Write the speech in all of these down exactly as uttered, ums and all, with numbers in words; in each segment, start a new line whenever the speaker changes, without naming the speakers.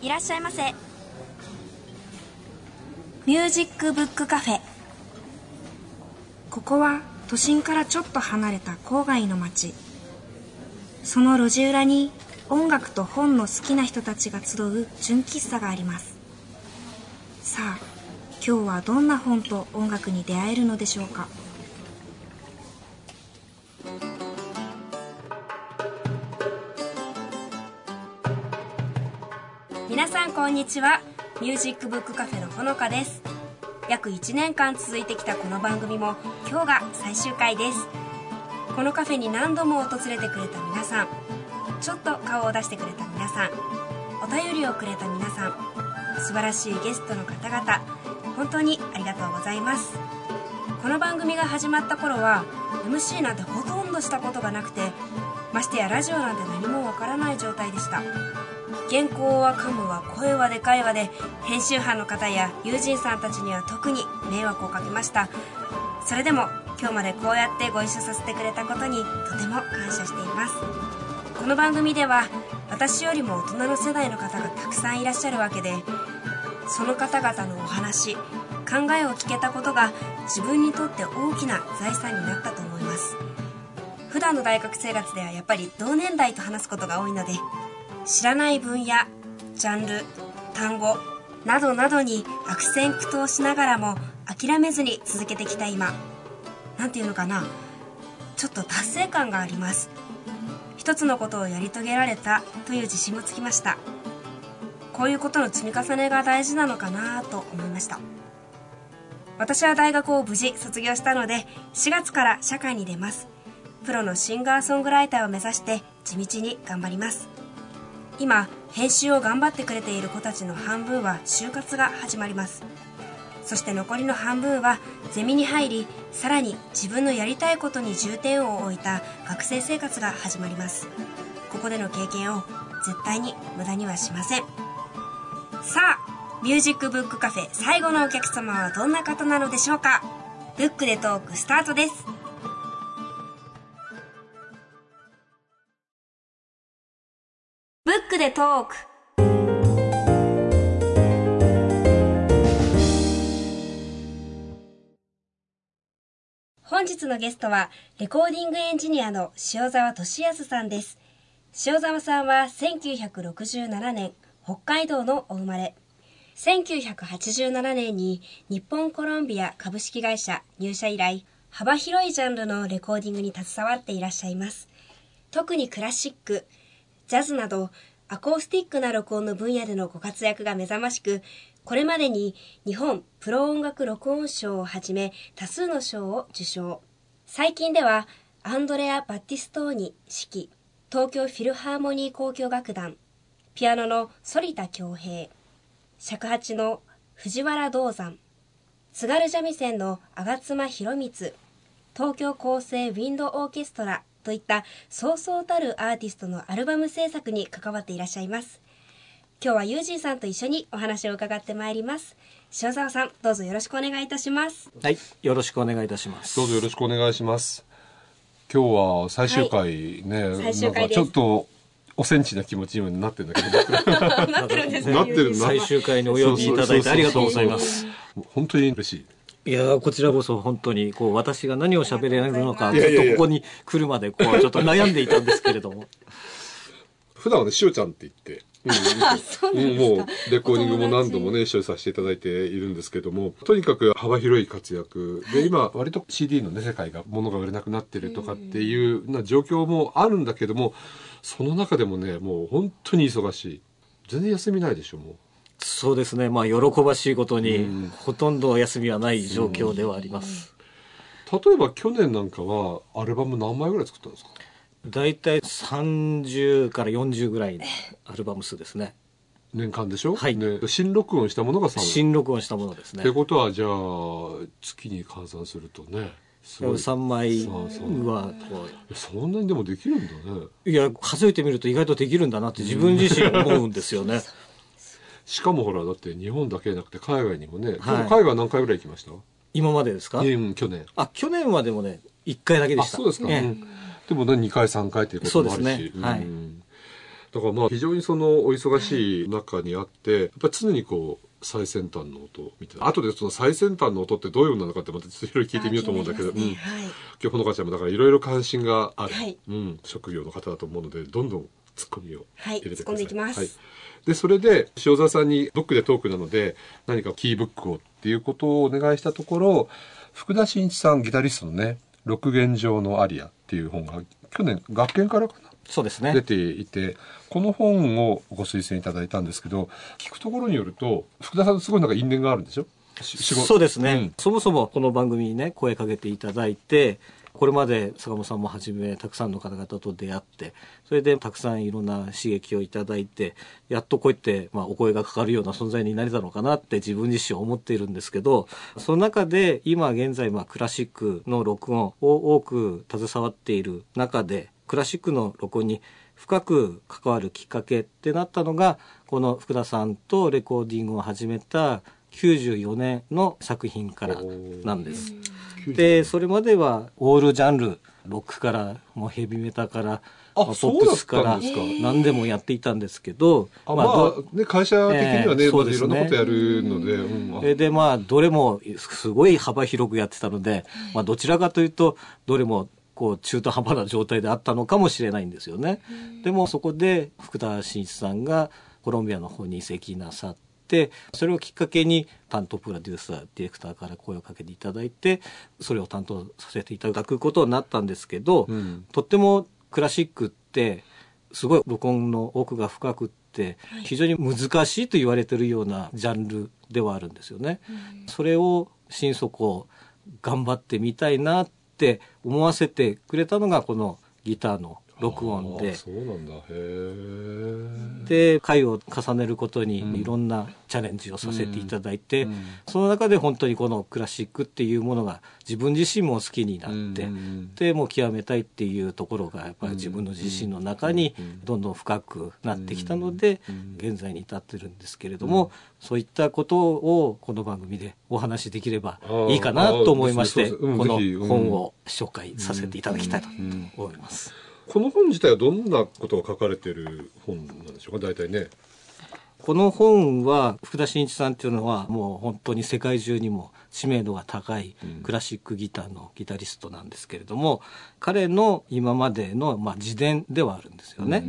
いらっしゃいませ。ミュージックブックカフェ。ここは都心からちょっと離れた郊外の町。その路地裏に音楽と本の好きな人たちが集う純喫茶があります。さあ、今日はどんな本と音楽に出会えるのでしょうか。皆さんこんにちは。ミュージックブックカフェのほのかです。約いちねんかん続いてきたこの番組も今日が最終回です。このカフェに何度も訪れてくれた皆さん、ちょっと顔を出してくれた皆さん、お便りをくれた皆さん、素晴らしいゲストの方々、本当にありがとうございます。この番組が始まった頃は エムシー なんてほとんどしたことがなくて、ましてやラジオなんて何もわからない状態でした。原稿は噛むわ、声はでかいわで、編集班の方や友人さんたちには特に迷惑をかけました。それでも今日までこうやってご一緒させてくれたことにとても感謝しています。この番組では私よりも大人の世代の方がたくさんいらっしゃるわけで、その方々のお話、考えを聞けたことが自分にとって大きな財産になったと思います。普段の大学生活ではやっぱり同年代と話すことが多いので、知らない分野、ジャンル、単語などなどに悪戦苦闘しながらも諦めずに続けてきた今、なんていうのかな、ちょっと達成感があります。一つのことをやり遂げられたという自信もつきました。こういうことの積み重ねが大事なのかなと思いました。私は大学を無事卒業したので、しがつから社会に出ます。プロのシンガーソングライターを目指して地道に頑張ります。今編集を頑張ってくれている子たちの半分は就活が始まります。そして残りの半分はゼミに入り、さらに自分のやりたいことに重点を置いた学生生活が始まります。ここでの経験を絶対に無駄にはしません。さあ、ミュージックブックカフェ最後のお客様はどんな方なのでしょうか。ブックでトークスタートです。ブックでトーク。本日のゲストはレコーディングエンジニアの塩沢俊康さんです。塩沢さんはせんきゅうひゃくろくじゅうななねん北海道のお生まれ。せんきゅうひゃくはちじゅうななねんに日本コロンビア株式会社入社以来、幅広いジャンルのレコーディングに携わっていらっしゃいます。特にクラシック、ジャズなどアコースティックな録音の分野でのご活躍が目覚ましく、これまでに日本プロ音楽録音賞をはじめ多数の賞を受賞。最近ではアンドレア・バッティストーニ指揮、東京フィルハーモニー交響楽団、ピアノの反田恭平、尺八の藤原道山、津軽三味線の吾妻弘光、東京高生ウィンドオーケストラといったそうそうたるアーティストのアルバム制作に関わっていらっしゃいます。今日はユージーさんと一緒にお話を伺ってまいります。塩沢さん、どうぞよろしくお願いいたします。
はい、よろしくお願いいたします。
どうぞよろしくお願いします。今日は最終回ね、
はい、最終回です。
なんかちょっとおセンチな気持ちになってるんだけど
なってるんですね。
なってるな。
最終回にお呼びいただいてありがとうございます。
本当に嬉しい。
いや、こちらこそ本当にこう私が何を喋れるのかずっとここに来るまでこうちょっと悩んでいたんですけれども
普段はね、しおちゃんって言って、
うんうん、
もうレコーディングも何度もね一緒にさせていただいているんですけども、とにかく幅広い活躍で、今割と シーディー の、ね、世界が物が売れなくなってるとかっていうな状況もあるんだけども、その中でもね、もう本当に忙しい。全然休みないでしょ。もう
そうですね、まあ喜ばしいことに、うん、ほとんど休みはない状況ではあります。
うん、例えば去年なんかはアルバム何枚ぐらい作ったんですか？
だいたいさんじゅうからよんじゅうぐらいのアルバム数ですね。
年間でしょ？
はい、
ね、新録音したものがさん
新録音したものですね。
ってことはじゃあ月に換算するとね、
さんまいは
そんなにでもできるんだね。
いや、数えてみると意外とできるんだなって自分自身思うんですよね。
しかもほらだって日本だけじゃなくて海外にもね、
はい、
海外何回ぐらい行きました？
今までですか？
うん、去年。
あ、去年はでもねいっかいだけでした。
あ、そうですか。ね、うん、でもねにかいさんかいということもあるし、
そうですね、はい、
うん、 だからまあ非常にそのお忙しい中にあって、やっぱり常にこう最先端の音みたいな。後でその最先端の音ってどういうものなのかってまたちょっといろいろ聞いてみようと思うんだけど、ね、うん、はい、今日ほのかちゃんもだからいろいろ関心がある、はい、うん、職業の方だと思うので、どんどんツッコミを入れてください。はい、突っ込んでいきます。はい。で、それで塩沢さんにブックでトークなので何かキーブックをっていうことをお願いしたところ、福田真一さんギタリストのね、六弦上のアリアっていう本が去年学研からかな、
そうですね、
出ていて、この本をご推薦いただいたんですけど、聞くところによると福田さんとすごいなんか因縁があるんでしょ。
そうですね、うん、そもそもこの番組にね声かけていただいて、これまで坂本さんもはじめたくさんの方々と出会って、それでたくさんいろんな刺激をいただいて、やっとこうやって、まあ、お声がかかるような存在になれたのかなって自分自身思っているんですけど、その中で今現在、まあ、クラシックの録音を多く携わっている中で、クラシックの録音に深く関わるきっかけってなったのが、この福田さんとレコーディングを始めたきゅうじゅうよねんの作品からなんです。で、それまではオールジャンル、ロックからもうヘビメタから、
あ、まあ、ポップスから
何でもやっていたんですけど、
あ、まあ、まあね、会社的にはね、えー、そうですね、いろんなことやるので、
うん、でまあどれもすごい幅広くやってたので、まあ、どちらかというとどれもこう中途半端な状態であったのかもしれないんですよね。でもそこで福田真一さんがコロンビアの方に移籍なさって、それをきっかけに担当プロデューサーディレクターから声をかけていただいて、それを担当させていただくことになったんですけど、うん、とってもクラシックってすごい録音の奥が深くって非常に難しいと言われているようなジャンルではあるんですよね。うん、それを心底頑張ってみたいなって思わせてくれたのがこのギターの録音で、
そうなんだ。へー。
で回を重ねることにいろんなチャレンジをさせていただいて、うんうん、その中で本当にこのクラシックっていうものが自分自身も好きになって、うん、でもう極めたいっていうところがやっぱり自分の自身の中にどんどん深くなってきたので、現在に至ってるんですけれども、そういったことをこの番組でお話しできればいいかなと思いまして、この本を紹介させていただきたいと思います。
この本自体はどんなことが書かれている本なんでしょうか、大体ね。
この本は福田真一さんっていうのはもう本当に世界中にも知名度が高いクラシックギターのギタリストなんですけれども、うん、彼の今までのまあ自伝ではあるんですよね。うん、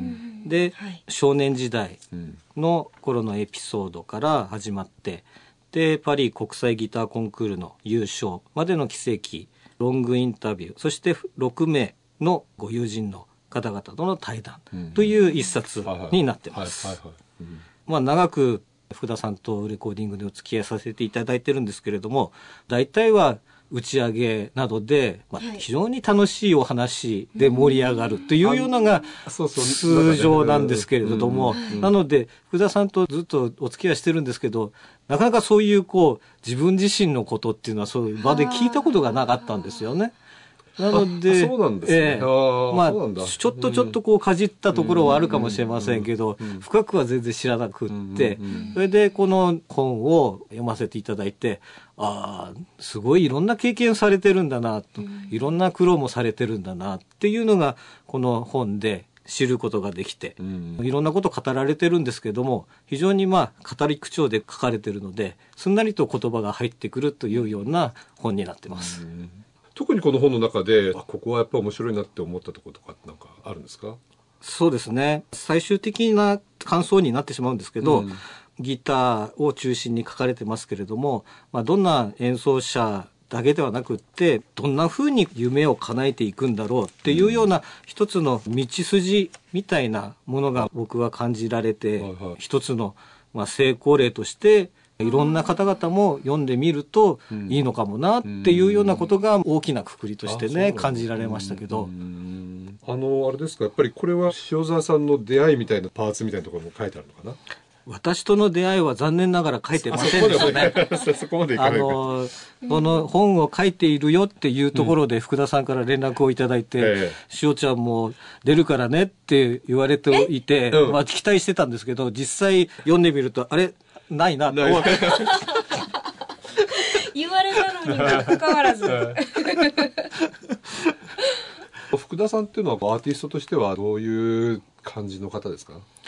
で、はい、少年時代の頃のエピソードから始まって、でパリ国際ギターコンクールの優勝までの軌跡、ロングインタビュー、そしてろくめいのご友人の方々との対談という一冊になってます。まあ長く福田さんとレコーディングでお付き合いさせていただいてるんですけれども、大体は打ち上げなどで、まあ、非常に楽しいお話で盛り上がるというようなのが通常なんですけれども、なので福田さんとずっとお付き合いしてるんですけど、なかなかそういうこう自分自身のことっていうのはそういう場で聞いたことがなかったんですよね。なので、
そうなんですね。えー、
まあ、ちょっとちょっとこうかじったところはあるかもしれませんけど、深くは全然知らなくって、それでこの本を読ませていただいて、ああ、すごいいろんな経験されてるんだなと、いろんな苦労もされてるんだなっていうのが、この本で知ることができて、いろんなこと語られてるんですけども、非常にまあ語り口調で書かれてるので、すんなりと言葉が入ってくるというような本になってます。
特にこの本の中で、あ、ここはやっぱり面白いなって思ったところとかってなんかあるんですか？
そうですね。最終的な感想になってしまうんですけど、うん、ギターを中心に書かれてますけれども、まあ、どんな演奏者だけではなくって、どんな風に夢を叶えていくんだろうっていうような一つの道筋みたいなものが僕は感じられて、はいはい、一つのまあ成功例としていろんな方々も読んでみるといいのかもなっていうようなことが大きな括りとしてね、感じられましたけど。
あの、あれですか、やっぱりこれは塩沢さんの出会いみたいなパーツみたいなところも書いてあるのかな？
私との出会いは残念ながら書いてませんでしたね。
そこまでいかないか。
あの、この本を書いているよっていうところで福田さんから連絡をいただいて、うん、塩ちゃんも出るからねって言われていて、うん、まあ期待してたんですけど、実際読んでみると、あれないなと思って。
言われたのにもかかわらず。
福田さんっていうのはアーティストとしてはどういう感じの方ですか？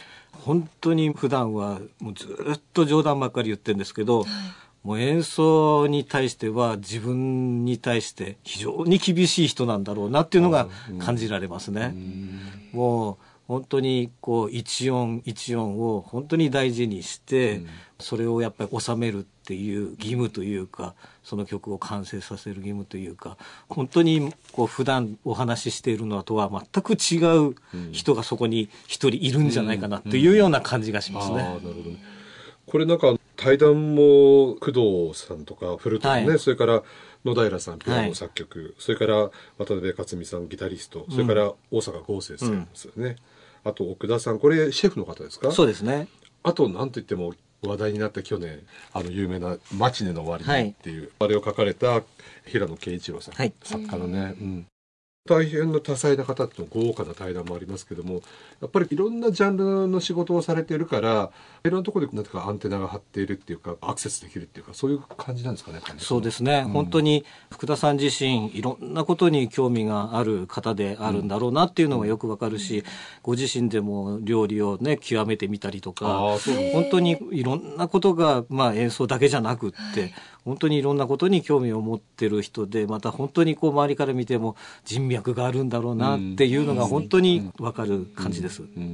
本当に普段はもうずっと冗談ばっかり言ってるんですけど、はい、もう演奏に対しては自分に対して非常に厳しい人なんだろうなっていうのが感じられますね。うもう本当にこう一音一音を本当に大事にして、うん、それをやっぱり収めるっていう義務というか、その曲を完成させる義務というか、本当にこう普段お話ししているのとは全く違う人がそこに一人いるんじゃないかなっていうような感じがしますね。うんうんうん、あ、なるほどね。
これなんか対談も工藤さんとかフルートのね、はい、それから野平さんピアノ作曲、はい、それから渡辺克美さんギタリスト、それから大阪豪生さんですよね、うん、あと奥田さん、これシェフの方ですか？そうですね。あと何といっても話題になった去年あの有名な「マチネの終わりに」っていう、はい、あれを書かれた平野啓一郎さん、はい、作家のね、うん、大変な多彩な方と豪華な対談もありますけども、やっぱりいろんなジャンルの仕事をされているからいろんなところでなんていうかアンテナが張っているっていうかアクセスできるっていうか、そういう感じなんですかね。
そうですね、うん、本当に福田さん自身いろんなことに興味がある方であるんだろうなっていうのがよくわかるし、うん、ご自身でも料理をね極めてみたりとか、本当にいろんなことが、まあ、演奏だけじゃなくって、はい、本当にいろんなことに興味を持ってる人で、また本当にこう周りから見ても人脈があるんだろうなっていうのが本当に分かる感じです。うんうんうん、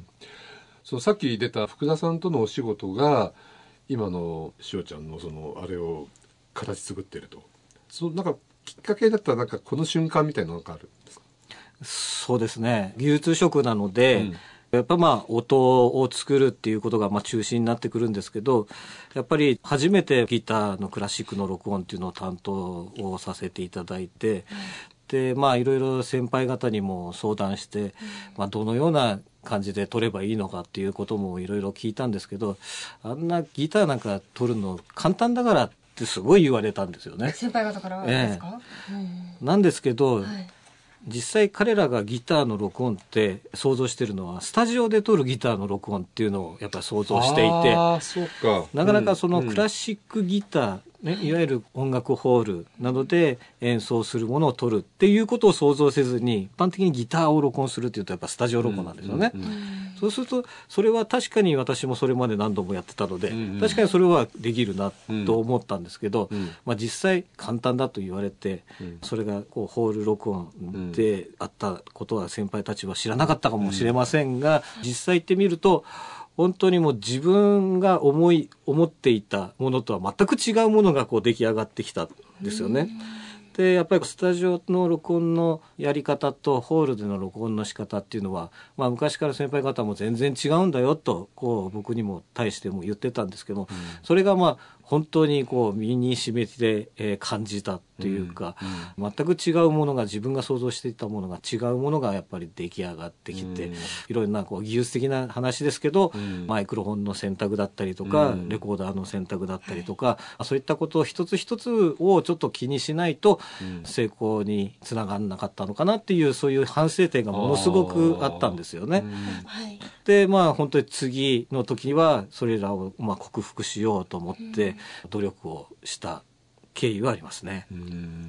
そうさっき出た福田さんとのお仕事が今のしおちゃんのそのあれを形作ってると、そのなんかきっかけだったらなんかこの瞬間みたいなのがあるんですか？
そうですね、技術職なので、うん、やっぱまあ音を作るっていうことがまあ中心になってくるんですけど、やっぱり初めてギターのクラシックの録音っていうのを担当をさせていただいて、うん、でまあいろいろ先輩方にも相談して、うん、まあ、どのような感じで撮ればいいのかっていうこともいろいろ聞いたんですけど、あんなギターなんか撮るの簡単だからってすごい言われたんですよね。
先輩方からですか？
ええ、うん、なんですけど、はい、実際彼らがギターの録音って想像してるのはスタジオで撮るギターの録音っていうのをやっぱり想像していて、
あ、そうか、
なかなかそのクラシックギター、ね、いわゆる音楽ホールなどで演奏するものを撮るっていうことを想像せずに、一般的にギターを録音するっていうとやっぱスタジオ録音なんですよね。うんうんうん、そうするとそれは確かに私もそれまで何度もやってたので、うんうん、確かにそれはできるなと思ったんですけど、うんうん、まあ、実際簡単だと言われて、うん、それがこうホール録音であったことは先輩たちは知らなかったかもしれませんが、うん、実際行ってみると本当にもう自分が思い思っていたものとは全く違うものがこう出来上がってきたんですよね。でやっぱりスタジオの録音のやり方とホールでの録音の仕方っていうのは、まあ、昔から先輩方も全然違うんだよとこう僕にも対しても言ってたんですけども、うん、それがまあ本当にこう身に染めて、えー、感じたというか、うんうん、全く違うものが自分が想像していたものが違うものがやっぱり出来上がってきて、うん、いろんなこう技術的な話ですけど、うん、マイクロフォンの選択だったりとか、うん、レコーダーの選択だったりとか、そういったことを一つ一つをちょっと気にしないと成功につながらなかったのかなっていう、そういう反省点がものすごくあったんですよね。でまあ本当に次の時はそれらをまあ克服しようと思って努力をした経緯はありますね。うん、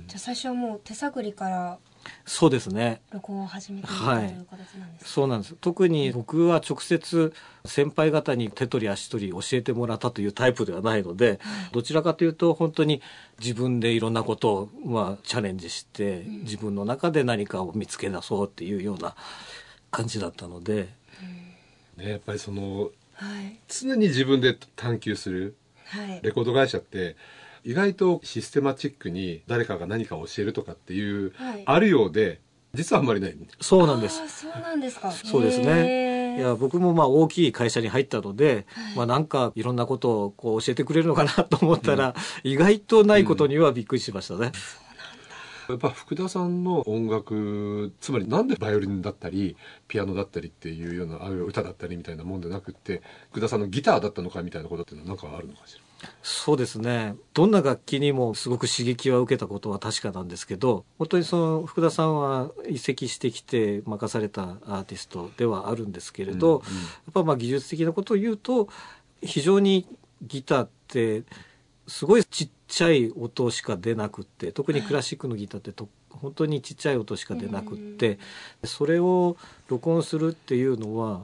じゃあ最初はもう手探りから
そうですね
録音を始めていた、はい、という形なんですか？
そうなんです。特に僕は直接先輩方に手取り足取り教えてもらったというタイプではないので、はい、どちらかというと本当に自分でいろんなことをまあチャレンジして、うん、自分の中で何かを見つけ出そうっていうような感じだったので、
うんね、やっぱりその、はい、常に自分で探求する、はい、レコード会社って意外とシステマチックに誰かが何か教えるとかっていう、はい、あるようで実はあんまりない、ね、
そうなんです。
あ、そうなんですか。
そうですね。いや僕もまあ大きい会社に入ったので、はい、まあ、なんかいろんなことをこう教えてくれるのかなと思ったら、うん、意外とないことにはびっくりしましたね。
うん、やっぱ福田さんの音楽、つまりなんでバイオリンだったりピアノだったりっていうようなああいう歌だったりみたいなもんでなくって、福田さんのギターだったのかみたいなことっていうのは何かあるのかしら？
そうですね、どんな楽器にもすごく刺激は受けたことは確かなんですけど、本当にその福田さんは移籍してきて任されたアーティストではあるんですけれど、うんうん、やっぱまあ技術的なことを言うと非常にギターってすごいちっちゃい音しか出なくって、特にクラシックのギターってと本当にちっちゃい音しか出なくって、それを録音するっていうのは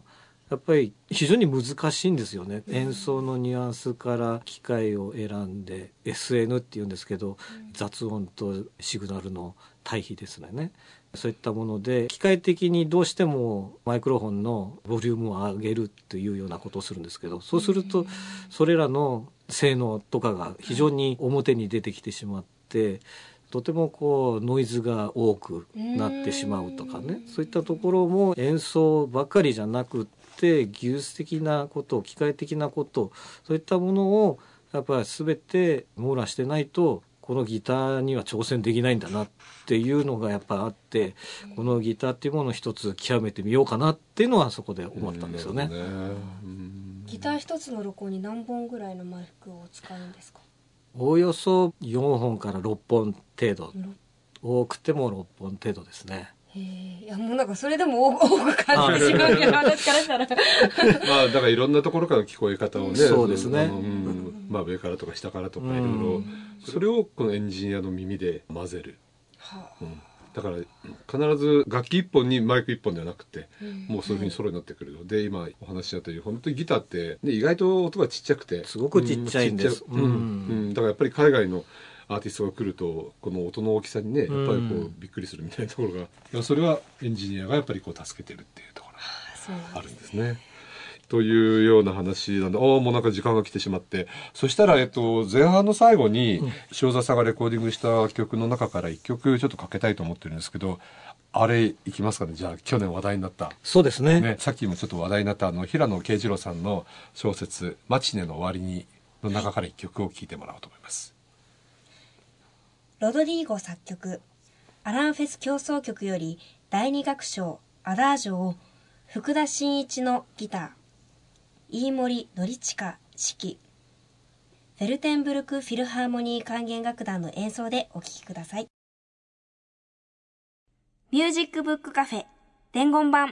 やっぱり非常に難しいんですよね。演奏のニュアンスから機械を選んで エスエヌ っていうんですけど、雑音とシグナルの対比ですね。そういったもので機械的にどうしてもマイクロフォンのボリュームを上げるというようなことをするんですけど、そうするとそれらの性能とかが非常に表に出てきてしまって、とてもこうノイズが多くなってしまうとかね、そういったところも演奏ばかりじゃなくって技術的なこと、機械的なこと、そういったものをやっぱり全て網羅してないとこのギターには挑戦できないんだなっていうのがやっぱあって、このギターっていうものを一つ極めてみようかなっていうのはそこで思ったんですよね。
ギター一つの録音に何本ぐらいのマイクを使うんですか？
おおよそよんほんからろっぽん程度、多くてもろっぽん程度ですね。
へえ、いやもうなんかそれでも多く感じてしまうけど私からしたら
まあだからいろんなところから聞こえ方をね、
そうですね、
うん、まあ上からとか下からとかいろいろ、それをこのエンジニアの耳で混ぜる、はあ、うん、だから必ず楽器一本にマイク一本ではなくて、うん、もうそういうふうにソロになってくるので、今お話ししたという本当にギターって、ね、意外と音がちっちゃくて
すごくちっちゃいんです、
うんうん、だからやっぱり海外のアーティストが来るとこの音の大きさにねやっぱりこうびっくりするみたいなところが、いやそれはエンジニアがやっぱりこう助けてるっていうところがあるんですね。というような話なんで、ああもうなんか時間が来てしまって、そしたらえっと前半の最後に塩澤さんがレコーディングした曲の中から一曲ちょっとかけたいと思ってるんですけど、あれいきますかね。じゃあ去年話題になった、
そうです ね,
ねさっきもちょっと話題になったあの平野啓二郎さんの小説「マチネの終わりに」の中から一曲を聴いてもらおうと思います。
ロドリーゴ作曲、アランフェス協奏曲よりだいに楽章アダージョを福田真一のギター、飯森典親指揮、フェルテンブルクフィルハーモニー管弦楽団の演奏でお聴きください。ミュージックブックカフェ伝言版。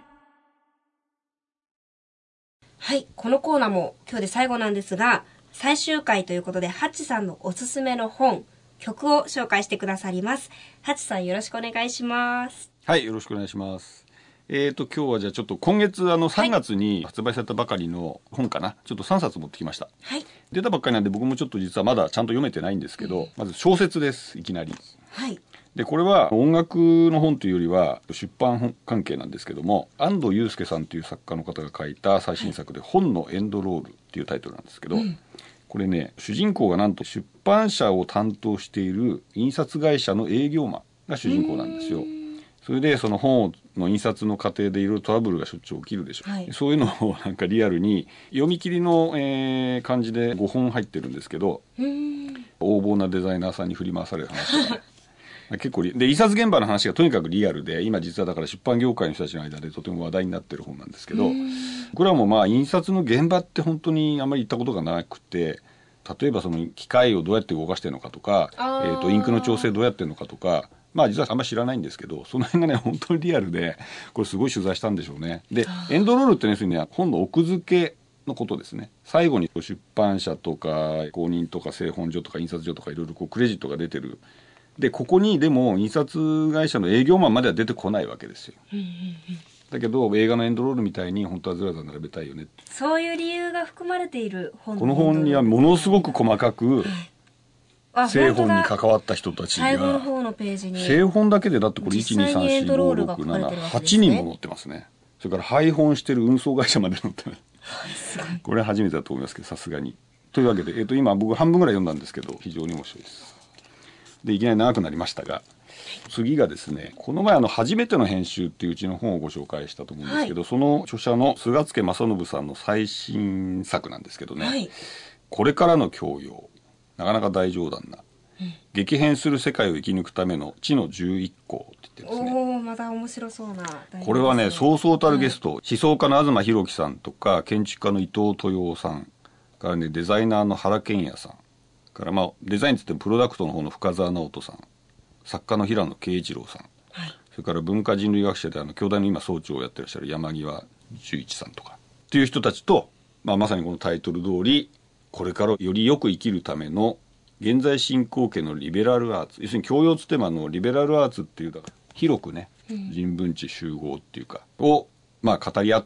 はい、このコーナーも今日で最後なんですが、最終回ということでハッチさんのおすすめの本、曲を紹介してくださります。ハチさんよろしくお願いします。
はい、よろしくお願いします。えーと今日はじゃあちょっと今月あのさんがつに発売されたばかりの本かな、はい、ちょっとさんさつ持ってきました。
はい。
出たばっかりなんで僕もちょっと実はまだちゃんと読めてないんですけど、うん、まず小説です。いきなり。
はい。
でこれは音楽の本というよりは出版関係なんですけども、安藤祐介さんという作家の方が書いた最新作で、はい、本のエンドロールっていうタイトルなんですけど、うん、これね主人公がなんと出版社を担当している印刷会社の営業マンが主人公なんですよ。それでその本の印刷の過程でいろいろトラブルがしょっちゅう起きるでしょ、はい、そういうのをなんかリアルに読み切りの、えー、感じでごほん入ってるんですけど、横暴なデザイナーさんに振り回される話とか結構で印刷現場の話がとにかくリアルで、今実はだから出版業界の人たちの間でとても話題になってる本なんですけど、これはもうまあ印刷の現場って本当にあんまり行ったことがなくて、例えばその機械をどうやって動かしてるのかとか、えーとインクの調整どうやってるのかとか、まあ実はあんまり知らないんですけど、その辺がね本当にリアルで、これすごい取材したんでしょうね。でエンドロールってね、要するにね本の奥付けのことですね。最後に出版社とか公認とか製本所とか印刷所とかいろいろこうクレジットが出てる。でここにでも印刷会社の営業マンまでは出てこないわけですよ。だけど映画のエンドロールみたいに本当はずらずら並べたいよね。
そういう理由が含まれている本。
この本にはものすごく細かく、製本に関わった人たちが
最後の方のページに
製本だけでだってこれいちにさんしごろくななはちにんも載ってますね。それから配本してる運送会社まで載ってますこれは初めてだと思いますけど、さすがに。というわけで、えーと今僕半分ぐらい読んだんですけど非常に面白いです。でいきなり長くなりましたが、次がですね、この前あの初めての編集っていううちの本をご紹介したと思うんですけど、はい、その著者の菅助正信さんの最新作なんですけどね、はい、これからの教養、なかなか大冗談な、うん、激変する世界を生き抜くための知のじゅういっこうって言ってるんですね。
おー、また面白そうな、
これはねそうそうたるゲスト、はい、思想家の東博樹さんとか建築家の伊藤豊夫さんからね、デザイナーの原健也さんからまあデザインつってもプロダクトの方の深澤直人さん、作家の平野啓一郎さん、はい、それから文化人類学者であの京大の今総長をやってらっしゃる山際十一さんとかっていう人たちと、まあ、まさにこのタイトル通りこれからよりよく生きるための現在進行形のリベラルアーツ、要するに教養つってもあのリベラルアーツっていうだから広くね、うん、人文知集合っていうかを、まあ、語り合った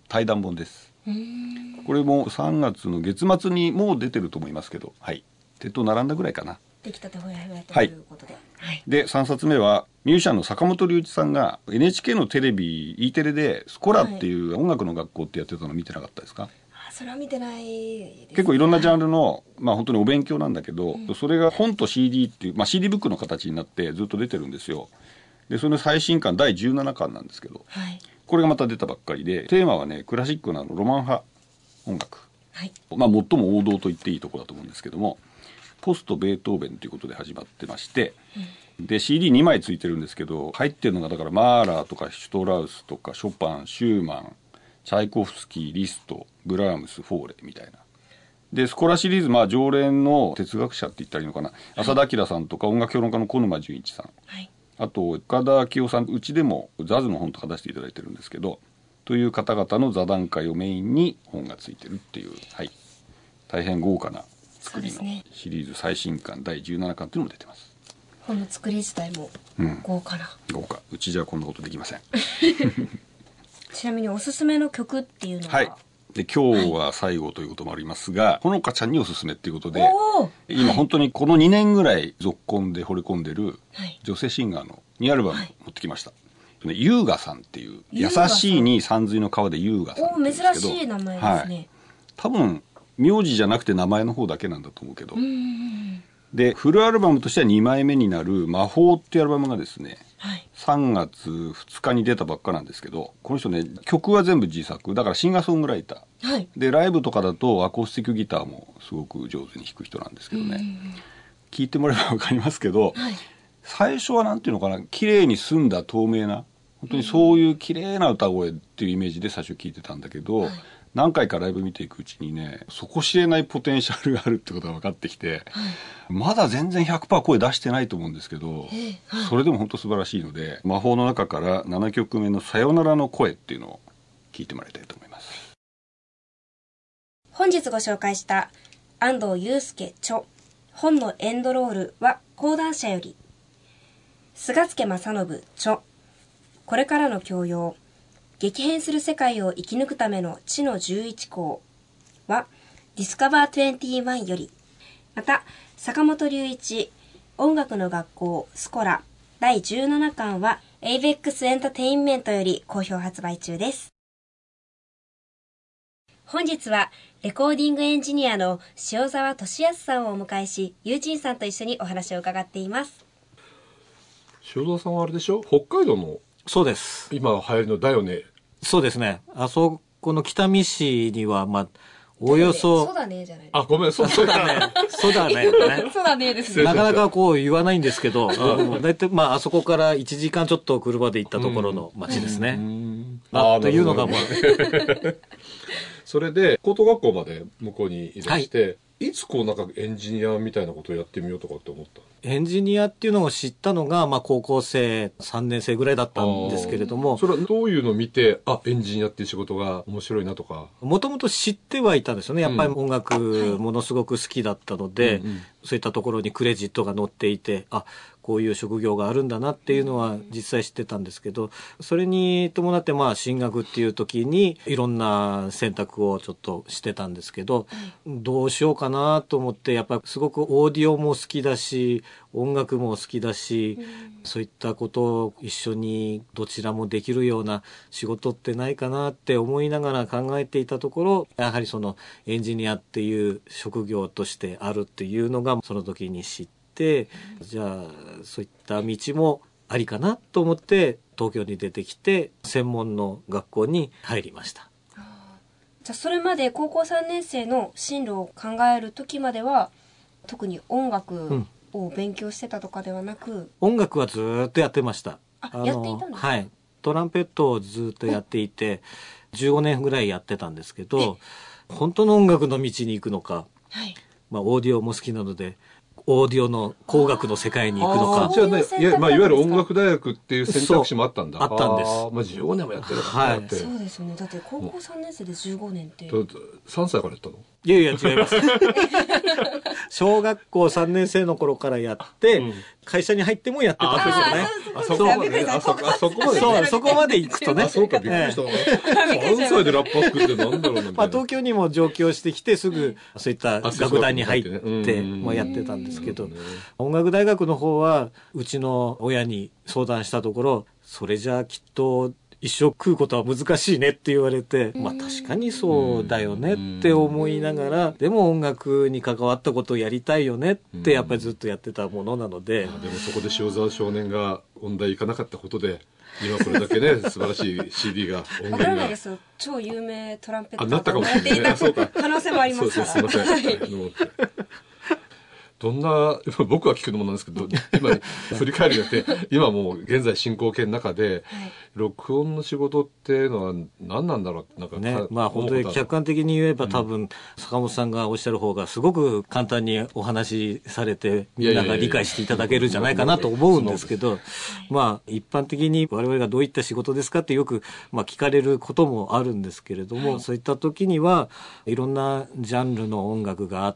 対談本です。これもさんがつの月末にもう出てると思いますけど、はい、手と並んだぐらいかな。
できたてほやほやということで、はいはい、
でさんさつめはミュージシャンの坂本龍一さんが エヌエイチケー のテレビ E テレでスコラっていう音楽の学校ってやってたの見てなかったですか？
あ、それは見てないですね。
結構いろんなジャンルの、まあ、本当にお勉強なんだけど、うん、それが本と シーディー っていう、まあ、シーディー ブックの形になってずっと出てるんですよ。でその最新刊だいじゅうななかんなんですけど、はい、これがまた出たばっかりで、テーマはねクラシックなのロマン派音楽、はい、まあ、最も王道と言っていいところだと思うんですけども、ポストベートーベンということで始まってまして、うん、で シーディーにまいついてるんですけど、入ってるのがだからマーラーとかシュトラウスとかショパン、シューマン、チャイコフスキー、リスト、ブラームス、フォーレみたいな。でスコラシリーズ、まあ常連の哲学者って言ったらいいのかな、はい、浅田明さんとか音楽評論家の小沼純一さん、はい、あと岡田明夫さん、うちでもザズの本とか出していただいてるんですけど、という方々の座談会をメインに本がついてるっていう、はい、大変豪華な作りのシリーズ最新刊だいじゅうななかんっていうのも出てます。
本の作り自体も豪華な、
うん、豪華。うちじゃこんなことできません
ちなみにおすすめの曲っていうのは、
はい、で今日は最後ということもありますが、はい、ほのかちゃんにおすすめっていうことで、今本当にこのにねんぐらい続婚で惚れ込んでる女性シンガーのにアルバム持ってきました、はい、優雅さんっていう、優しいにさんずいの川で優雅さんっていうんですけど、
珍しい名前ですね、はい、
多分名字じゃなくて名前の方だけなんだと思うけど、うん、でフルアルバムとしてはにまいめになる魔法っていうアルバムがですね、はい、さんがつふつかに出たばっかなんですけど、この人ね曲は全部自作だからシンガーソングライター、はい、でライブとかだとアコースティックギターもすごく上手に弾く人なんですけどね、聴いてもらえば分かりますけど、はい、最初はなんていうのかな、綺麗に澄んだ透明な本当にそういう綺麗な歌声っていうイメージで最初聴いてたんだけど、はい、何回かライブ見ていくうちにね、底知れないポテンシャルがあるってことが分かってきて、はい、まだ全然 ひゃくパーセント 声出してないと思うんですけど、はい、それでも本当素晴らしいので、魔法の中からななきょくめのさよならの声っていうのを聞いてもらいたいと思います。
本日ご紹介した安藤祐介著本のエンドロールは講談社より、菅助正信著これからの教養激変する世界を生き抜くための知のじゅういちこうはディスカバーにじゅういちより、また坂本龍一音楽の学校スコラだいじゅうななかんはエイベックスエンターテインメントより好評発売中です。本日はレコーディングエンジニアの塩沢俊康さんをお迎えし、ユージンさんと一緒にお話を伺っています。
塩沢さんはあれでしょ、北海道の
そうです。
今流行りのだよね。
そうですね。あそこの北見市にはまあおよそ、
そうだねじゃない。
あ、ごめん、そうだね。
そうだね。
そうだねですね。
なかなかこう言わないんですけど、だいたいまああそこからいちじかんちょっと車で行ったところの町ですね。あというのがまあ
それで高等学校まで向こうにいらして、はい、いつこうなんかエンジニアみたいなことをやってみようとかって思った？
エンジニアっていうのを知ったのが、まあ、高校生さんねんせいぐらいだったんですけれども、
それはどういうのを見て、あ、エンジニアっていう仕事が面白いなとか。
もともと知ってはいたんですよね。やっぱり音楽ものすごく好きだったので、うんはい、そういったところにクレジットが載っていて、あ、こういう職業があるんだなっていうのは実際知ってたんですけど、それに伴ってまあ進学っていう時にいろんな選択をちょっとしてたんですけど、どうしようかなと思って、やっぱりすごくオーディオも好きだし音楽も好きだし、そういったことを一緒にどちらもできるような仕事ってないかなって思いながら考えていたところ、やはりそのエンジニアっていう職業としてあるっていうのがその時に知って、じゃあそういった道もありかなと思って東京に出てきて専門の学校に入りました。
じゃあそれまで高校さんねんせいの進路を考える時までは特に音楽を勉強してたとかではなく、うん、
音楽はずっとやってました。
ああのやっていたんですか？
はい、トランペットをずっとやっていてじゅうごねんぐらいやってたんですけど、本当の音楽の道に行くのか、はい、まあ、オーディオも好きなのでオーディオの工学の世界に行くのか。
じゃあね、いや、まあ、いわゆる音楽大学っていう選択肢もあったんだ。
あったんです。
あ、まあ、じゅうごねんもやってるから
ね。はい。そうですよね。だって高校さんねんせいでじゅうごねんって。
さんさいからやったの？
いやいや違います。小学校さんねんせいの頃からやって、うん、 会社に入ってもやってたんですよね。
あそこまで、あそこ、あそこまで。
そう、そこまで行くとね。
あ、そうか、びっくりした。関西でラッパ作ってなんだろうな。
まあ、東京にも上京してきて、すぐ、そういった楽団に入って、もうやってたんですけど、音楽大学の方は、うちの親に相談したところ、それじゃあきっと、一生食うことは難しいねって言われて、まあ確かにそうだよねって思いながら、でも音楽に関わったことをやりたいよねってやっぱりずっとやってたものなので。で
もそこで塩沢少年が音大行かなかったことで、今これだけね、素晴らしい シーディー が、音源が。
わからないですよ。超有名トランペッター
あ、なったかもしれない。そうか。
可能性もありますから。
そうそう、すいません。どんな、僕は聞くのもなんですけど、今、振り返るよって、今もう現在進行形の中で、はい、録音の仕事っていうのは何なんだろうなんか
ね、まあ本当に客観的に言えば多分、坂本さんがおっしゃる方がすごく簡単にお話しされて、みんなが理解していただけるんじゃないかなと思うんですけど、まあ一般的に我々がどういった仕事ですかってよく、まあ、聞かれることもあるんですけれども、はい、そういった時にはいろんなジャンルの音楽があって、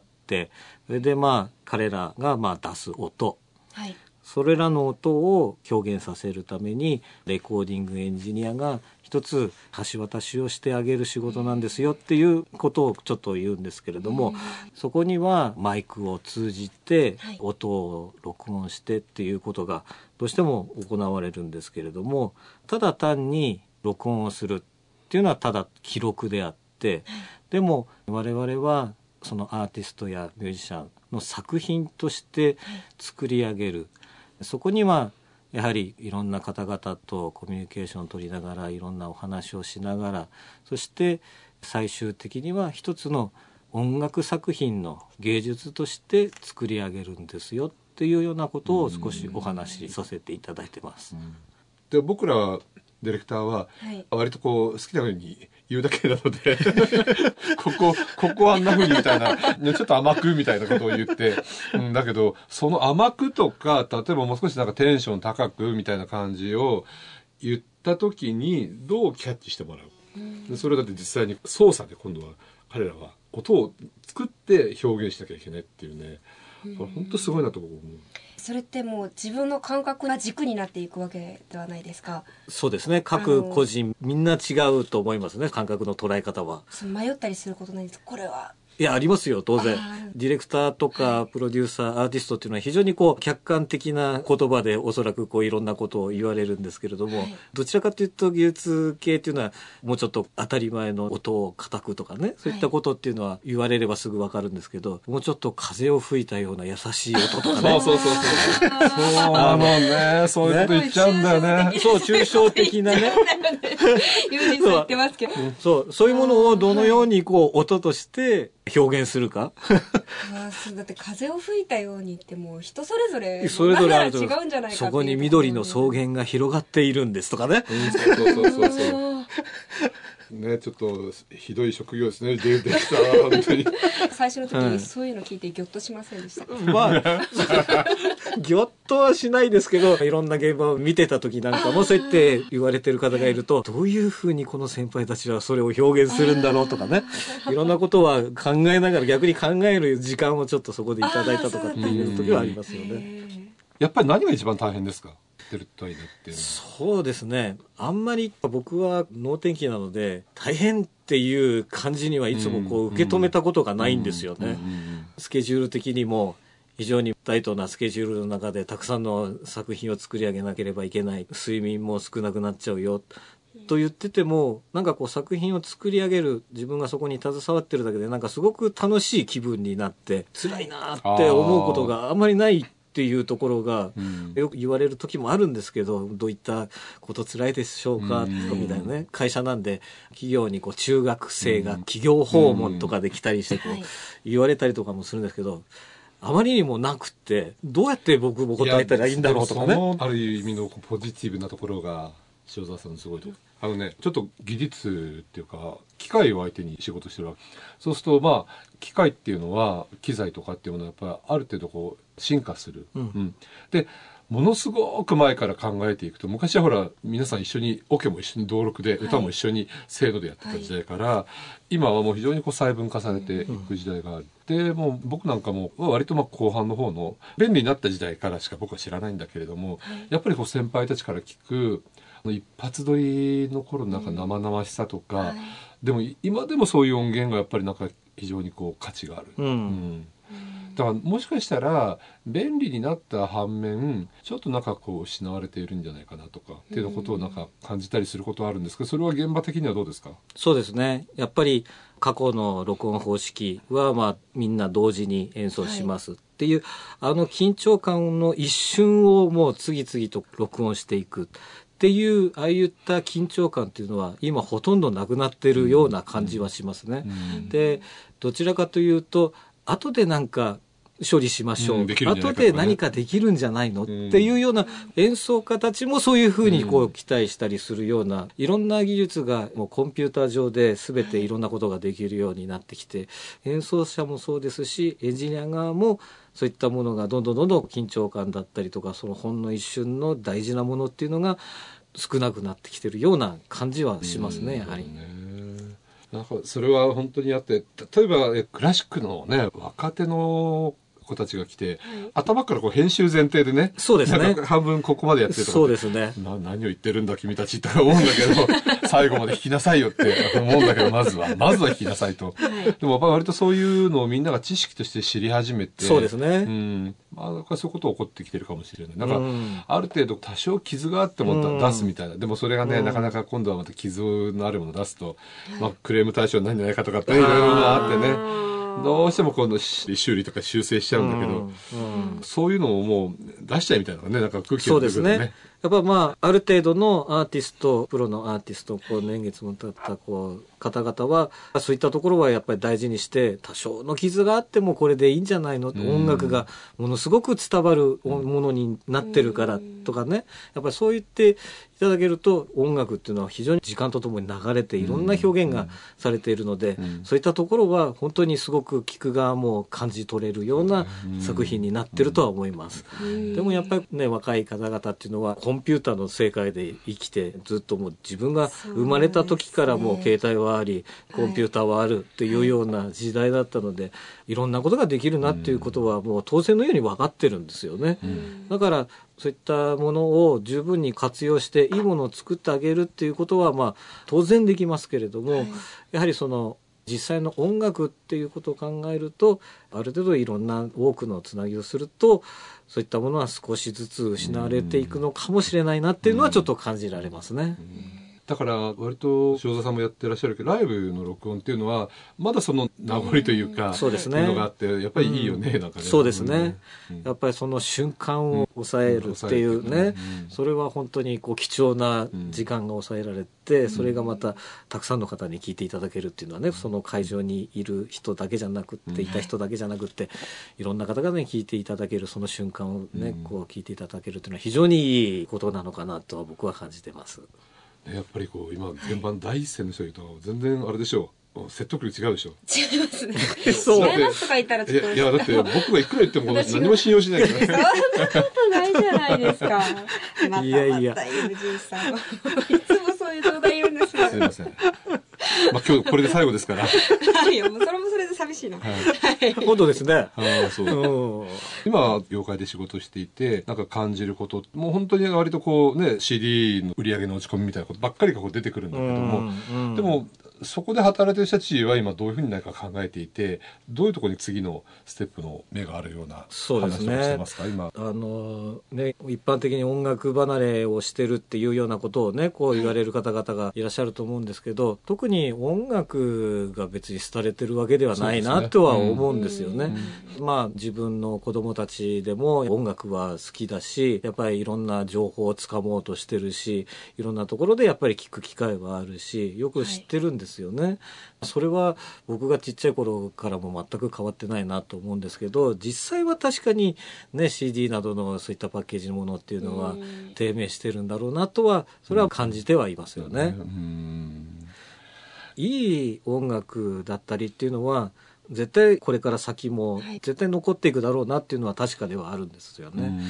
それでまあ彼らがまあ出す音、はい、それらの音を表現させるためにレコーディングエンジニアが一つ橋渡しをしてあげる仕事なんですよっていうことをちょっと言うんですけれども、うん、そこにはマイクを通じて音を録音してっていうことがどうしても行われるんですけれども、ただ単に録音をするっていうのはただ記録であって、でも我々はそのアーティストやミュージシャンの作品として作り上げる、そこにはやはりいろんな方々とコミュニケーションを取りながらいろんなお話をしながら、そして最終的には一つの音楽作品の芸術として作り上げるんですよっていうようなことを少しお話しさせていただいてます。
で僕らディレクターは割とこう好きなように言うだけなのでここここあんな風にみたいなちょっと甘くみたいなことを言って、うん、だけどその甘くとか例えばもう少しなんかテンション高くみたいな感じを言った時にどうキャッチしてもらう、うん、それだって実際に操作で今度は彼らは音を作って表現しなきゃいけないっていうね、うん、本当すごいなと思う。
それってもう自分の感覚が軸になっていくわけではないですか。
そうですね。各個人みんな違うと思いますね。感覚の捉え方は。
その迷ったりすることないですか。これはい
やありますよ当然。ディレクターとかプロデューサー、はい、アーティストっていうのは非常にこう客観的な言葉でおそらくこういろんなことを言われるんですけれども、はい、どちらかというと技術系っていうのはもうちょっと当たり前の音を固くとかね、そういったことっていうのは言われればすぐ分かるんですけど、はい、もうちょっと風を吹いたような優しい音とかね
そうそうそうそうそうあのねそういうこと言っちゃうんだよね、
ね、そう抽象的なね
ユージさん言ってますけど
そうそういうものをどのようにこう音として表現するか
あそうだって風を吹いたようにってもう人それぞれ
それぞれあると
違うんじゃないかっていう、
そこに緑の草原が広がっているんですとかね、
うん、そうそうそうそうそうね、ちょっとひどい職業ですね。でできた本当に。
最初の時にそういうの聞いてギョッとしませんでしたか。
まあギョッとはしないですけど、いろんな現場を見てた時なんかもそうやって言われてる方がいると、どういうふうにこの先輩たちはそれを表現するんだろうとかね、いろんなことは考えながら逆に考える時間をちょっとそこでいただいたとかっていう時はありますよね。
やっぱり何が一番大変ですか。
そうですね。あんまり僕は能天気なので大変っていう感じにはいつもこう受け止めたことがないんですよね。スケジュール的にも非常にタイトなスケジュールの中でたくさんの作品を作り上げなければいけない、睡眠も少なくなっちゃうよと言ってても、なんかこう作品を作り上げる自分がそこに携わってるだけでなんかすごく楽しい気分になって辛いなって思うことがあんまりないっていうところがよく言われる時もあるんですけど、どういったこと辛いでしょうかとかみたいなね、会社なんで企業にこう中学生が企業訪問とかで来たりしてこう言われたりとかもするんですけど、あまりにもなくってどうやって僕も答えたらいいんだろうとかね。
そのある意味のポジティブなところが塩沢さんのすごいところ。あのね、ちょっと技術っていうか機械を相手に仕事してるわけ。そうするとまあ機械っていうのは機材とかっていうものはやっぱりある程度こう進化する、うんうん、でものすごく前から考えていくと、昔はほら皆さん一緒にオケも一緒に登録で、歌も一緒にせーのでやってた時代から、はい、今はもう非常にこう細分化されていく時代がある、うん、でもう僕なんかも割とまあ後半の方の便利になった時代からしか僕は知らないんだけれども、はい、やっぱりこう先輩たちから聞く一発撮りの頃のなんか生々しさとか、うん、はい、でも今でもそういう音源がやっぱりなんか非常にこう価値がある、うんうん、だからもしかしたら便利になった反面ちょっとなんかこう失われているんじゃないかなとかっていうことをなんか感じたりすることはあるんですけど、それは現場的にはどうですか？
そうですね、やっぱり過去の録音方式はまあみんな同時に演奏しますっていう、はい、あの緊張感の一瞬をもう次々と録音していくっていうああいった緊張感っていうのは今ほとんどなくなってるような感じはしますね、うん、でどちらかというと後でなんか処理しましょう、うん、で後で何かできるんじゃないの、うん、っていうような演奏家たちもそういうふうにこう期待したりするような、いろんな技術がもうコンピューター上で全ていろんなことができるようになってきて、演奏者もそうですしエンジニア側もそういったものがどんどんどんどん緊張感だったりとかそのほんの一瞬の大事なものっていうのが少なくなってきてるような感じはしますね、やはり。
なんかそれは本当にあって、例えばクラシックのね若手の子たちが来て、はい、頭からこう編集前提でね、
そうですね、
なんか半分ここまでやってるとか、
そうですね、
な何を言ってるんだ君たちって思うんだけど最後まで弾きなさいよって思うんだけど、まずはまずは弾きなさいと、はい、でもやっぱり割とそういうのをみんなが知識として知り始めて、
そうですね、
うん、まあ、だからそういうことが起こってきてるかもしれない。なんか、うん、ある程度多少傷があっても出すみたいな、うん、でもそれがね、うん、なかなか今度はまた傷のあるものを出すと、まあ、クレーム対象になるんじゃないかとかっていろいろあってね、どうしてもこの修理とか修正しちゃうんだけど、うんうん、そういうのをもう出しちゃいみたいなのがね、なんか空気が出てくるね。そうですね。
やっぱまあある程度のアーティスト、プロのアーティスト、こう年月も経ったこう方々はそういったところはやっぱり大事にして、多少の傷があってもこれでいいんじゃないの、うん、音楽がものすごく伝わるものになってるからとかね、やっぱりそう言っていただけると、音楽っていうのは非常に時間とともに流れていろんな表現がされているので、うん、そういったところは本当にすごく聴く側も感じ取れるような作品になってるとは思います、うん、でもやっぱりね、若い方々っていうのはコンピューターの世界で生きて、ずっともう自分が生まれた時からもう携帯はあり、コンピューターはあるっていうような時代だったので、はい、いろんなことができるなっていうことはもう当然のように分かってるんですよね、うん、だからそういったものを十分に活用していいものを作ってあげるっていうことはまあ当然できますけれども、はい、やはりその実際の音楽っていうことを考えると、ある程度いろんな多くのつなぎをすると、そういったものは少しずつ失われていくのかもしれないなっていうのはちょっと感じられますね。うんうん、
だから割と塩田さんもやってらっしゃるけど、ライブの録音っていうのはまだその名残というか、そうですね、いうのがあってやっぱりいいよね、うん、なんかね。
そうですね、うん、やっぱりその瞬間を抑えるっていうね、うん、それは本当にこう貴重な時間が抑えられて、うん、それがまたたくさんの方に聞いていただけるっていうのはね、その会場にいる人だけじゃなくって、いた人だけじゃなくっていろんな方々に聞いていただける、その瞬間をね、こう聞いていただけるっていうのは非常にいいことなのかなとは僕は感じてます。
やっぱりこう今現場の第一線の人いると全然あれでしょう、説得力違うでしょ。
違いますね。そう違いますとか言ったらちょっと。
いやだって僕がいくら言っても何も信用しないからね。
そんなことないじゃないですか。またまた
いやいや
エムジー さんいつもそういう冗談言うんですよ。
すいません。まあ今日これで最後ですから。
いやもうそれもそれで寂しいな。はい。
本当ですね。あ
あそう。今業界で仕事していてなんか感じること、もう本当に割とこうね シーディー の売り上げの落ち込みみたいなことばっかりがこう出てくるんだけども、うんうん、でもそこで働いてる人たちは今どういうふうに何か考えていて、どういうところに次のステップの目があるような話をしてますか、今。
あのね、一般的に音楽離れをしてるっていうようなことをねこう言われる方々がいらっしゃると思うんですけど、特に音楽が別に廃れてるわけではないなとは思うんですよね。うん、まあ自分の子供たちでも音楽は好きだし、やっぱりいろんな情報をつかもうとしてるし、いろんなところでやっぱり聞く機会はあるし、よく知ってるんですよね。はい、それは僕がちっちゃい頃からも全く変わってないなと思うんですけど、実際は確かにね シーディー などのそういったパッケージのものっていうのは低迷してるんだろうなとはそれは感じてはいますよね。うんうんいい音楽だったりっていうのは絶対これから先も絶対残っていくだろうなっていうのは確かではあるんですよね。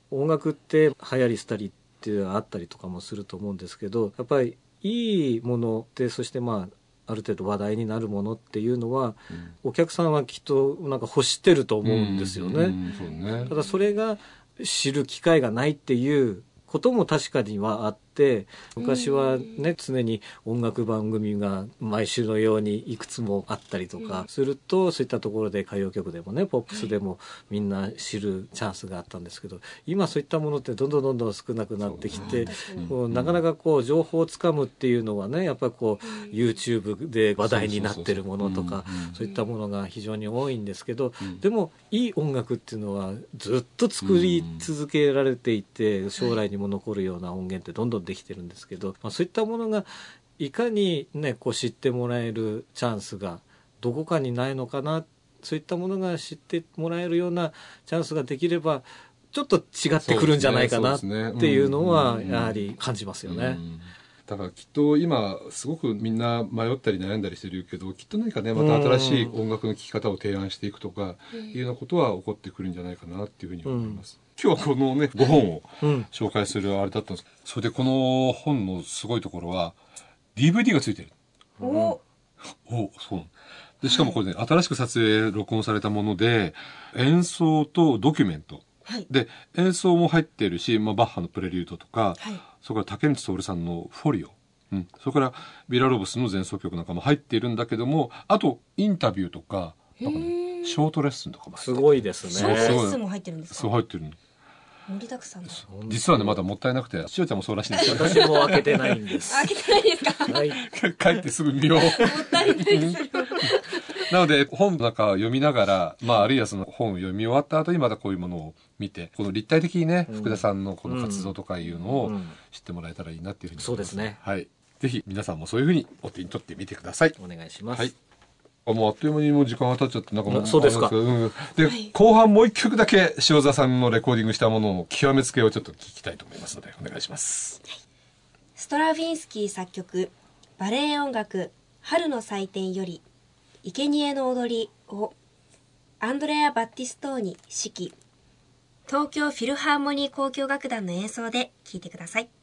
音楽って流行り廃りっていうのがあったりとかもすると思うんですけど、やっぱりいいもので、そしてまあある程度話題になるものっていうのは、うん、お客さんはきっとなんか欲してると思うんですよね。うんうんそうね。ただそれが知る機会がないっていうことも確かにはあって、昔はね、常に音楽番組が毎週のようにいくつもあったりとかすると、そういったところで歌謡曲でもね、ポップスでもみんな知るチャンスがあったんですけど、今そういったものってどんどんどんどん少なくなってきて、こうなかなかこう情報をつかむっていうのはね、やっぱりこう YouTube で話題になってるものとか、そういったものが非常に多いんですけど、でもいい音楽っていうのはずっと作り続けられていて、将来にも残るような音源ってどんどんできてるんですけど、まあ、そういったものがいかにねこう知ってもらえるチャンスがどこかにないのかな、そういったものが知ってもらえるようなチャンスができればちょっと違ってくるんじゃないかなっていうのはやはり感じますよね。
だからきっと今すごくみんな迷ったり悩んだりしてるけど、きっと何かねまた新しい音楽の聴き方を提案していくとかいうようなことは起こってくるんじゃないかなっていうふうに思います。うん、今日はこのねご本を紹介するあれだったんですけど、うん、それでこの本のすごいところは ディーブイディー がついてる。おおそうで、しかもこれね、はい、新しく撮影録音されたもので、演奏とドキュメント、はい、で演奏も入ってるし、まあ、バッハのプレリュードとか、はい、それから竹内徹さんのフォリオ、うん、それからビラロブスの前奏曲なんかも入っているんだけども、あとインタビューとかなんか、ね、ショートレッスンとかも
すごいですね。
ショートレッスンも入ってるんですか？
そう入ってるの。
盛りだくさんだ。
実はねまだもったいなくて、しおちゃんもそうらしいんですよ。
私も開けてないんです。
開けてないですか？はい。
帰ってすぐ見よう。も
ったいないですよ。
なので本の中を読みながら、まああるいはその本を読み終わった後にまたこういうものを見て、この立体的にね、うん、福田さんのこの活動とかいうのを知ってもらえたらいいなっていうふうに思います。
そうですね。
はい。ぜひ皆さんもそういうふうにお手に取ってみてください。
お願いします。
はい。あもうあっという間にもう時間が経っちゃって、なんかもう
そうですか。
うん、で、はい、後半もう一曲だけ塩沢さんのレコーディングしたものの極めつけをちょっと聞きたいと思いますのでお願いします。はい、
ストラヴィンスキー作曲バレエ音楽春の祭典より生贄の踊りをアンドレア・バッティストーニ指揮、東京フィルハーモニー交響楽団の演奏で聴いてください。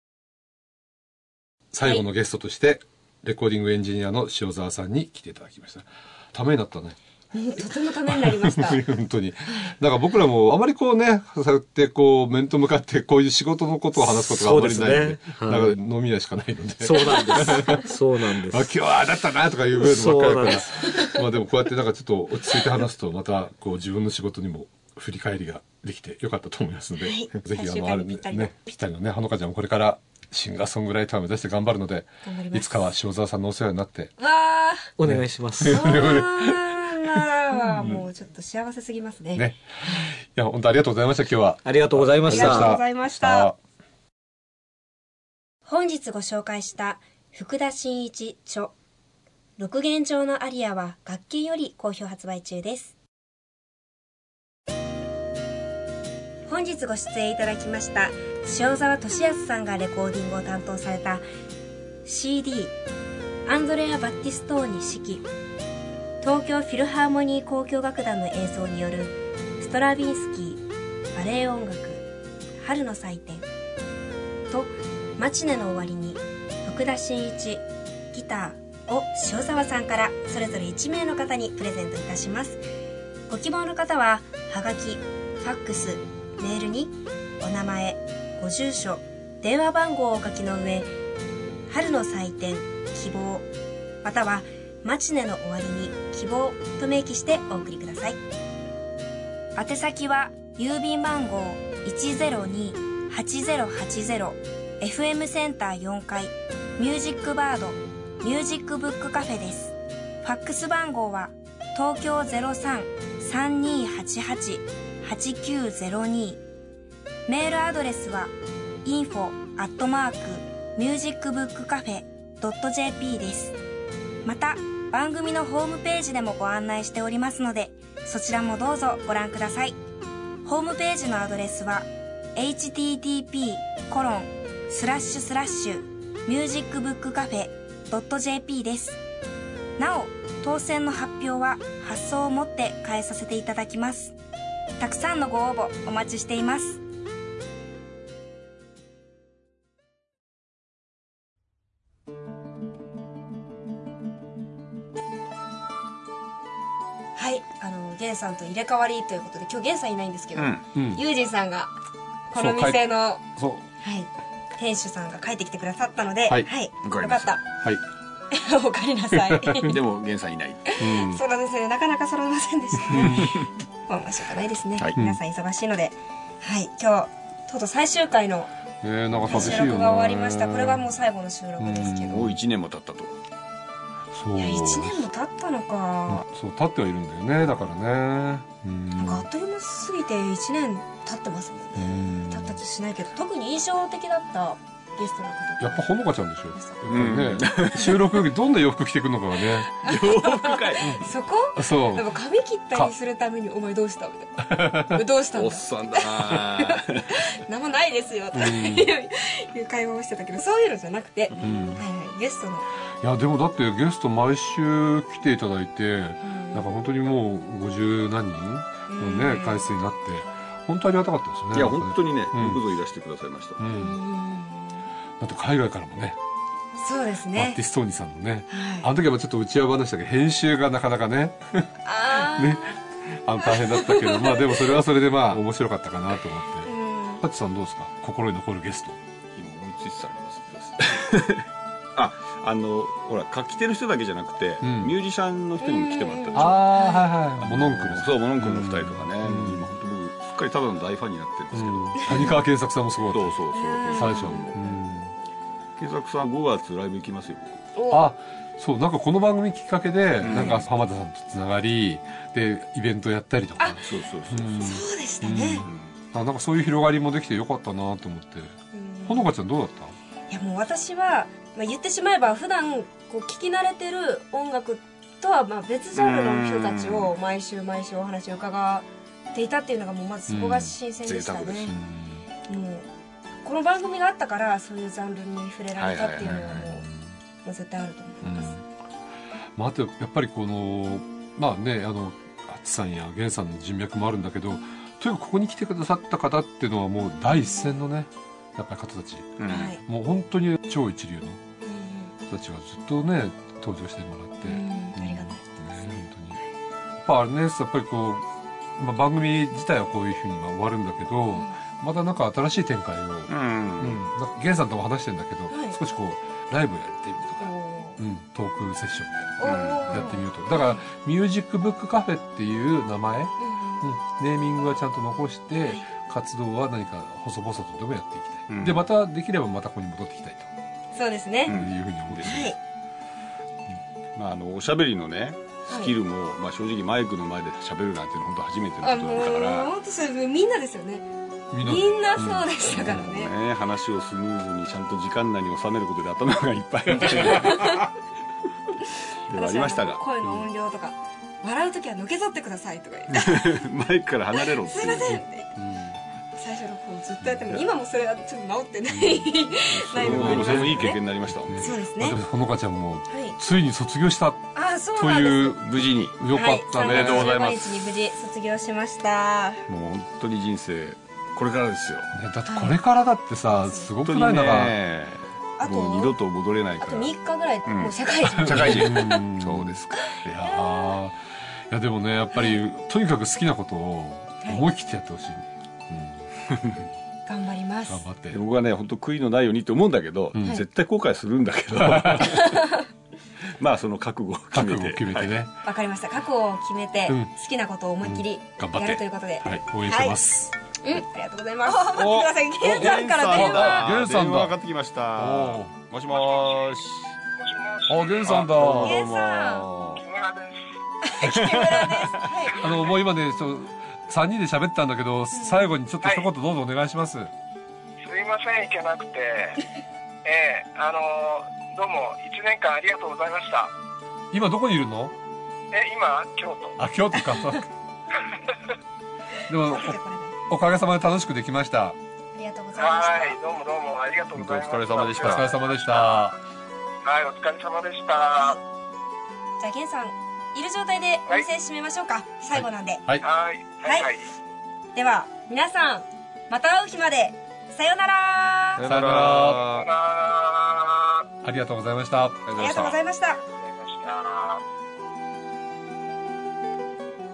最後のゲストとして、はい、レコーディングエンジニアの塩沢さんに来ていただきました。ためになったね。
とてもためになりました。
本当に。なんか僕らもあまりこうね、そうやってこう面と向かってこういう仕事のことを話すことがあまりないので、ねはい、なんか飲み屋しかないので。
そうなんです。そうなんです。
あ、今日はあだったなとかいう部分ばっかりだから。まあでもこうやってなんかちょっと落ち着いて話すとまたこう自分の仕事にも振り返りができてよかったと思いますので、はい、ぜひあのあるね、ぴったりのね、ほのかちゃんもこれからシンガーソングライターを目指して頑張るので、いつかは塩沢さんのお世話になって。
わ
ー。お願いします。
はもうちょっと幸せすぎますね。ね。
いや本当ありがとうございました。今日は
ありがとうございました。
ありがとうございました。本日ご紹介した福田真一著六弦調のアリアは楽器より好評発売中です。本日ご出演いただきました塩沢俊康さんがレコーディングを担当された シーディー アンドレア・バッティストーニ指揮、東京フィルハーモニー交響楽団の演奏によるストラヴィンスキーバレエ音楽春の祭典とマチネの終わりに福田真一ギターを塩沢さんからそれぞれいち名の方にプレゼントいたします。ご希望の方ははがき、ファックス、メールにお名前、ご住所、電話番号をお書きの上、春の祭典希望またはマチネの終わりに希望と明記してお送りください。宛先は郵便番号 いちゼロにーはちゼロはちゼロ エフエム センターよんかいミュージックバードミュージックブックカフェです。ファックス番号は東京 ゼロさん さんにーはちはち はちきゅうゼロに、メールアドレスは インフォ アットマーク ミュージックブックカフェ ドット ジェーピー です。また番組のホームページでもご案内しておりますので、そちらもどうぞご覧ください。ホームページのアドレスは エイチティーティーピーコロンスラッシュスラッシュミュージックブックカフェ ドット ジェーピー です。なお当選の発表は発送をもって返させていただきます。たくさんのご応募お待ちしています。 はい、あのゲンさんと入れ替わりということで、今日ゲンさんいないんですけど、
うん
うん
ユージンさんがこの店の、
そう
はい、店主さんが帰ってきてくださったので、
はい
はい、
わかりました
よか
はい、
ったおかえりなさい
でも源さんいない。
うん
そうなんですよね、なかなか揃いませんでしたねまあしょうがないですね、
はい
皆さん忙しいので、はい、今日とうとう最終回の
えー、なんか寂しい
収
よね。
録が終わりました。これがもう最後の収録ですけど、
もういちねんも経ったと。
そう
いやいちねんも経ったのか、
そう立ってはいるんだよね、だからね。うん
なんかあっという間すぎていちねん経ってますもんね。経ったとしないけど、特に印象的だったゲストの方
やっぱほのかちゃんでしょ。やっ
うん
ぱりね、収録よりどんな洋服着てくるのかがね。
洋服かい。
そこ
そう
やっぱ髪切ったりするために「お前どうした?」みたいな「どうしたんだ?」
おっさんだな。
何もないですよとかいう会話をしてたけど、そういうのじゃなくて、
うん
はいはい、ゲストの、
いやでもだってゲスト毎週来ていただいて、
ん
なんか本当にもうごじゅう何人のね、回数になって本当ありがたかったですね。
いや本当にね、よ
うん
くぞいらしてくださいました。
う、
うんん
だって海外からもね、
そうです
アー
ね
ティストーニさんのね、あ
はい
の時はまあちょっと内輪話だけど編集がなかなかね
あー
ねあの大変だったけどまあでもそれはそれでまあ面白かったかなと思って。
うん
ハッチさんどうですか、心に残るゲスト。
今思いついてたんですあ、あのほら楽器手の人だけじゃなくて、
うん
ミュージシャンの人にも来てもらったでしょ。
ああはいはい、モノンクル
そうモノンクルのふたりとかね、
うん
今本当僕すっかりただの大ファンになってるんですけど、
うん谷川健作さんもすごい。
そうそうそう
最初、
も
うん
健作さんごがつライブ行きますよ。
お
あ、そうなんかこの番組きっかけで、
ん
なんか浜田さんとつながりでイベントやったりとか、
そうそうそう、
うん
そうでしたね、
あなんかそういう広がりもできてよかったなと思って。
うん
ほのかちゃんどうだった？
いやもう私は、まあ、言ってしまえば普段こう聞き慣れてる音楽とはまあ別ジャンルの人たちを毎週毎週お話を伺っていたっていうのがもうまずそこが新鮮でしたね、
うん贅沢です
もうこの番組があったからそういうジャンルに触れられたっていうのはもう,、
はいはいはいはい
もう絶対あると思います、
まあ、あとやっぱりこのまあねあのあつさんや源さんの人脈もあるんだけど、とにかくここに来てくださった方っていうのはもう第一線のねやっぱり方たち、
うん
はい、
もう本当に超一流の
うん
人たちがずっとね登場してもらって、
うん
ね
ありがたい
本当にやっぱあれねやっぱりこう、まあ、番組自体はこういうふうにまあ終わるんだけど、またなんか新しい展開を、うん
うん
なんか源さんとも話してんだけど、
はい
少しこうライブやってみるとか、
お
うん、トークセッションみたいな
ーおー
やってみようと。だからミュージックブックカフェっていう名前、うん、
うん
ネーミングはちゃんと残して、
はい
活動は何か細々とでもやっていきたい、
うん
でまたできればまたここに戻ってきたい
そうですね、
というふうに思ってます、
はい
まあ、あのおしゃべりのねスキルも、まあ、正直マイクの前で喋るなんていうのは本当初めての
あ
ことだったから、
もう本当それみんなですよね
みんな
みんなそうでしたから
もう
ね、
ね話をスムーズにちゃんと時間内に収めることで頭がいっぱいあってではありましたが
私あの声の音量とか、笑うときはのけぞってくださいとか言って
マイクから離れろって
すい
いう
ませんって最初の方ずっとやっても今もそれはちょっと治ってないない部分
でもそれもいい経
ね
験になりました、
そうですね
まあでもほのかちゃんも
はい
ついに卒業した
あそう
と
なんです
いう
無事に
よかったね、
おめでとうございます
さんがつじゅうごにちに無事卒業しました
もう本当に人生これからですよ
ねだってこれからだってさすご
本当に
くないだから、
ね
あと
もう二度と戻れない
あと
から
みっかぐらい
ん
もう社会人
社会人
うん
そうですか
いやーいやでもねやっぱりとにかく好きなことを思い切ってやってほしいね、
頑張りま
うん、
す
頑張って
で僕はね本当悔いのないようにって思うんだけど、
うん
絶対後悔するんだけどまあその覚悟を決めて
覚悟を決めてね、
わかりました覚悟を決めて
うん
好きなことを思いっきり
うん頑張って
やるということで
はい、応援してます、
うん、ありがとうございます。待ってください。ゲンさんから電話。
ゲンさんだ
電話かかってきました
お
もしもーし
あ源さんだ
どうも
ゲンさ木村です。はい。
あのもう今ねちょさんにんで喋ってたんだけど、最後にちょっと一言どうぞお願いします、
すいません、行けなくて、ええあのーどうもいちねんかんありがとうございました。
今どこにいるの？
え、今、京都。
あ京都かでも
じゃあこれで
おおかげさまで楽しくできました。
ありがとうございまし
はい、どうもどうもありがとうございます。
お疲れ様でし
お
た
疲れ様でした。
はい、お疲れ様でした。
た。じゃあゲンさんいる状態でお店閉めましょうか。最後なんで。
はい
はい、はい、はい。
では皆さんまた会う日までさようなら。
さよなら。
あ
ありがとうございました。
ありがとうございました。
りがとうございました。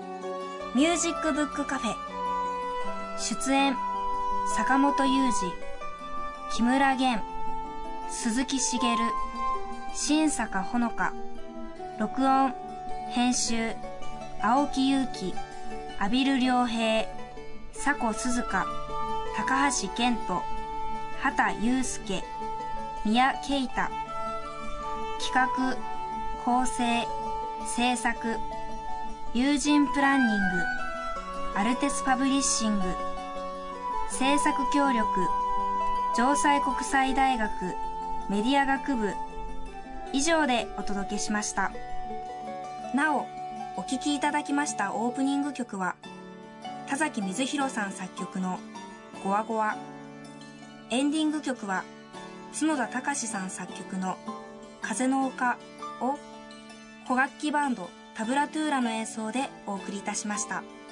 ミュージックブックカフェ。出演坂本雄二、木村玄、鈴木茂、新坂ほのか。録音編集青木祐希、阿比留良平、佐古鈴鹿、高橋健人、畑祐介、宮慶太。企画構成制作友人プランニングアルテスパブリッシング。制作協力城西国際大学メディア学部。以上でお届けしました。なおお聴きいただきましたオープニング曲は田崎水弘さん作曲のゴワゴワ。エンディング曲は角田隆さん作曲の風の丘を古楽器バンドタブラトゥーラの演奏でお送りいたしました。